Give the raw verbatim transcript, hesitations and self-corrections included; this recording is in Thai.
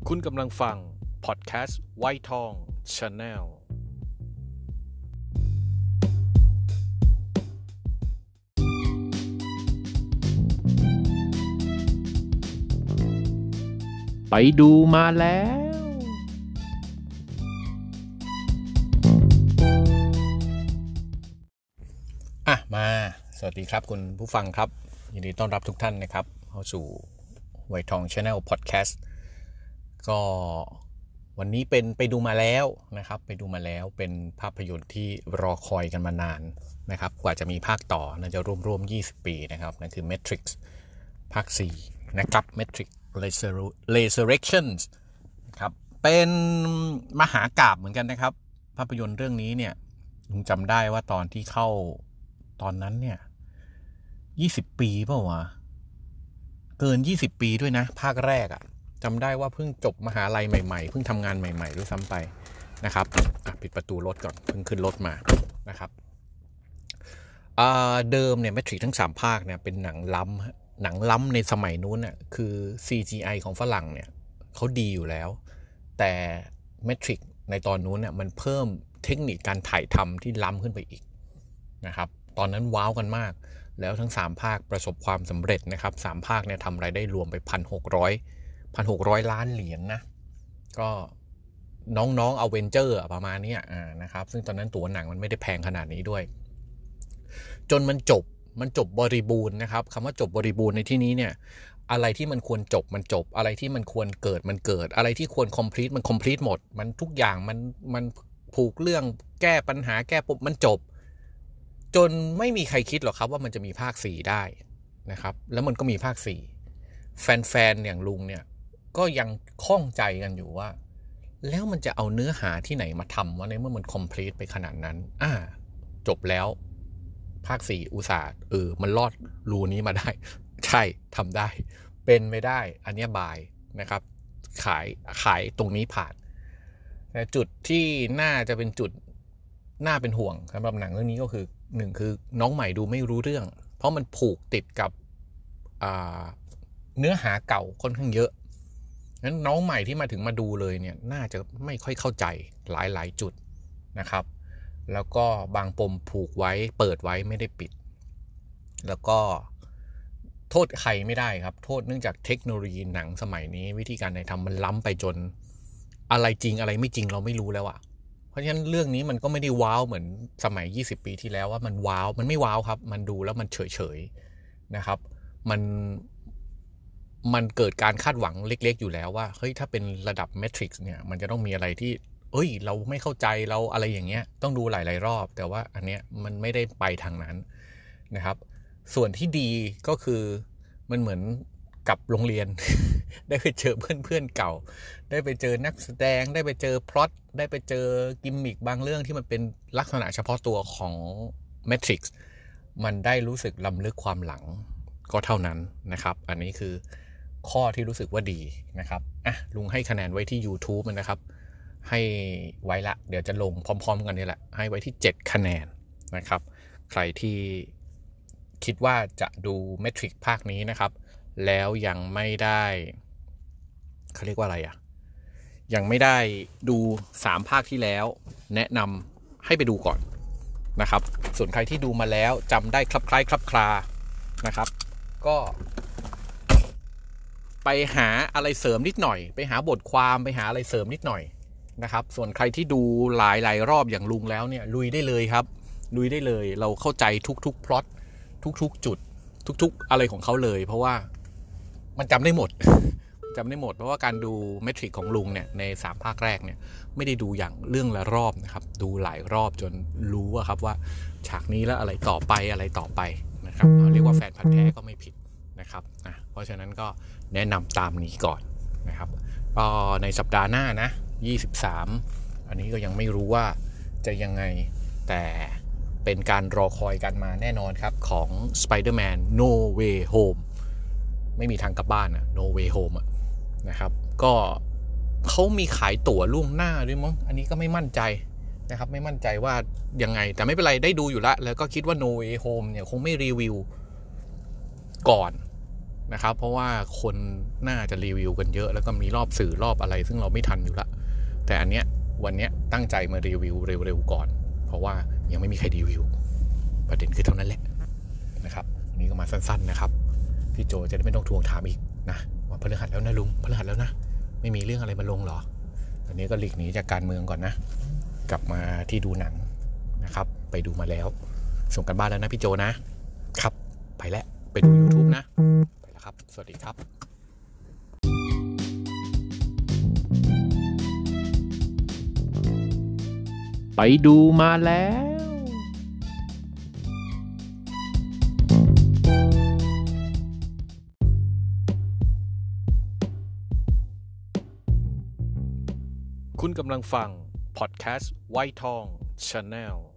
คุณกำลังฟังพอดแคสต์ไวท์ทอง Channel ไปดูมาแล้วอ่ะมาสวัสดีครับคุณผู้ฟังครับยินดีต้อนรับทุกท่านนะครับเข้าสู่ไวท์ทอง Channel Podcast ก็วันนี้เป็นไปดูมาแล้วนะครับไปดูมาแล้วเป็นภาพยนตร์ที่รอคอยกันมานานนะครับกว่าจะมีภาคต่อน่าจะร่วมๆยี่สิบปีนะครับนั่นคือ Matrix ภาคสี่นะครับ Matrix Resurrections ครับเป็นมหากาพย์เหมือนกันนะครับภาพยนตร์เรื่องนี้เนี่ยผมจำได้ว่าตอนที่เข้าตอนนั้นเนี่ยยี่สิบปีเปล่าวะเกินยี่สิบปีด้วยนะภาคแรกอะจำได้ว่าเพิ่งจบมหาลัยใหม่ๆเพิ่งทำงานใหม่ๆด้วยซ้ำไปนะครับปิดประตูรถก่อนเพิ่งขึ้นรถมานะครับเดิมเนี่ย Matrix ทั้งสามภาคเนี่ยเป็นหนังล้ำหนังล้ำในสมัยนู้นน่ะคือ ซี จี ไอ ของฝรั่งเนี่ยเขาดีอยู่แล้วแต่ Matrix ในตอนนู้นเนี่ยมันเพิ่มเทคนิคการถ่ายทำที่ล้ำขึ้นไปอีกนะครับตอนนั้นว้าวกันมากแล้วทั้งสามภาคประสบความสำเร็จนะครับสามภาคเนี่ยทำรายได้รวมไป หนึ่งพันหกร้อย หนึ่งพันหกร้อย ล้านเหรียญ นะก็น้องๆ Avenger ประมาณนี้อ่านะครับซึ่งตอนนั้นตั๋วหนังมันไม่ได้แพงขนาดนี้ด้วยจนมันจบมันจบบริบูรณ์นะครับคำว่าจบบริบูรณ์ในที่นี้เนี่ยอะไรที่มันควรจบมันจบอะไรที่มันควรเกิดมันเกิดอะไรที่ควร complete มัน complete หมดมันทุกอย่างมันมันผูกเรื่องแก้ปัญหาแก้ปุ๊บมันจบจนไม่มีใครคิดหรอกครับว่ามันจะมีภาคสี่ได้นะครับแล้วมันก็มีภาคสี่แฟนๆอย่างลุงเนี่ยก็ยังข้องใจกันอยู่ว่าแล้วมันจะเอาเนื้อหาที่ไหนมาทำวะในเมื่อมัน complete ไปขนาดนั้นอ่าจบแล้วภาคสี่อุตส่าห์เออมันรอดรูนี้มาได้ใช่ทำได้เป็นไม่ได้อันนี้บายนะครับขายขายตรงนี้ผ่านแต่จุดที่น่าจะเป็นจุดน่าเป็นห่วงสำหรับหนังเรื่องนี้ก็คือหนึ่งคือน้องใหม่ดูไม่รู้เรื่องเพราะมันผูกติดกับเนื้อหาเก่าค่อนข้างเยอะงั้นน้องใหม่ที่มาถึงมาดูเลยเนี่ยน่าจะไม่ค่อยเข้าใจหลายๆจุดนะครับแล้วก็บางปมผูกไว้เปิดไว้ไม่ได้ปิดแล้วก็โทษใครไม่ได้ครับโทษเนื่องจากเทคโนโลยีหนังสมัยนี้วิธีการถ่ายทำมันล้ำไปจนอะไรจริงอะไรไม่จริงเราไม่รู้แล้วอะเพราะฉะนั้นเรื่องนี้มันก็ไม่ได้ว้าวเหมือนสมัยยี่สิบปีที่แล้วว่ามันว้าวมันไม่ว้าวครับมันดูแล้วมันเฉยๆนะครับมันมันเกิดการคาดหวังเล็กๆอยู่แล้วว่าเฮ้ยถ้าเป็นระดับ Matrix เนี่ยมันจะต้องมีอะไรที่เอ้ยเราไม่เข้าใจเราอะไรอย่างเงี้ยต้องดูหลายๆรอบแต่ว่าอันเนี้ยมันไม่ได้ไปทางนั้นนะครับส่วนที่ดีก็คือมันเหมือนกับโรงเรียน ได้ไปเจอเพื่อนๆเก่าได้ไปเจอนักแสดงได้ไปเจอพล็อตได้ไปเจอกิมมิคบางเรื่องที่มันเป็นลักษณะเฉพาะตัวของ Matrix มันได้รู้สึกล้ำลึกความหลังก็เท่านั้นนะครับอันนี้คือข้อที่รู้สึกว่าดีนะครับอ่ะลุงให้คะแนนไว้ที่ YouTube นะครับให้ไว้ละเดี๋ยวจะลงพร้อมๆกันนี่แหละให้ไว้ที่เจ็ดคะแนนนะครับใครที่คิดว่าจะดู Matrix ภาคนี้นะครับแล้วยังไม่ได้เขาเรียกว่าอะไรอ่ะยังไม่ได้ดูสามภาคที่แล้วแนะนำให้ไปดูก่อนนะครับส่วนใครที่ดูมาแล้วจำได้คลับคล้ายคลับคลานะครับก็ไปหาอะไรเสริมนิดหน่อยไปหาบทความไปหาอะไรเสริมนิดหน่อยนะครับส่วนใครที่ดูหลายหลายรอบอย่างลุงแล้วเนี่ยลุยได้เลยครับลุยได้เลยเราเข้าใจทุกๆพล็อตทุกๆจุดทุกๆอะไรของเขาเลยเพราะว่ามันจำได้หมด จำได้หมดเพราะว่าการดู Matrix ของลุงเนี่ยในสามภาคแรกเนี่ยไม่ได้ดูอย่างเรื่องละรอบนะครับดูหลายรอบจนรู้ว่าครับว่าฉากนี้แล้วอะไรต่อไปอะไรต่อไปนะครับเรียกว่าแฟนพันธุ์แท้ก็ไม่ผิดนะครับนะเพราะฉะนั้นก็แนะนำตามนี้ก่อนนะครับก็ในสัปดาห์หน้านะยี่สิบสามอันนี้ก็ยังไม่รู้ว่าจะยังไงแต่เป็นการรอคอยกันมาแน่นอนครับของ Spider-Man No Way Home ไม่มีทางกลับบ้านอะ No Way Home อะนะครับก็เขามีขายตั๋วล่วงหน้าด้วยมั้งอันนี้ก็ไม่มั่นใจนะครับไม่มั่นใจว่ายังไงแต่ไม่เป็นไรได้ดูอยู่แล้วแล้วก็คิดว่า No Way Home เนี่ยคงไม่รีวิวก่อนนะครับเพราะว่าคนน่าจะรีวิวกันเยอะแล้วก็มีรอบสื่อรอบอะไรซึ่งเราไม่ทันอยู่ละแต่อันเนี้ยวันเนี้ยตั้งใจมารีวิวเร็วๆก่อนเพราะว่ายังไม่มีใครรีวิวประเด็นคือเท่านั้นแหละนะครับอันนี้ก็มาสั้นๆนะครับพี่โจจะได้ไม่ต้องทวงถามอีกนะว่าพฤหัสแล้วนะลุงพฤหัสแล้วนะไม่มีเรื่องอะไรมาลงหรอตอนนี้ก็หลีกหนีจากการเมืองก่อนนะกลับมาที่ดูหนังนะครับไปดูมาแล้วส่งกันบ้านแล้วนะพี่โจนะครับไปแล้วไปดู YouTube นะไปแล้วครับสวัสดีครับไปดูมาแล้วคุณกำลังฟังพอดแคสต์ไวท์ทอง Channel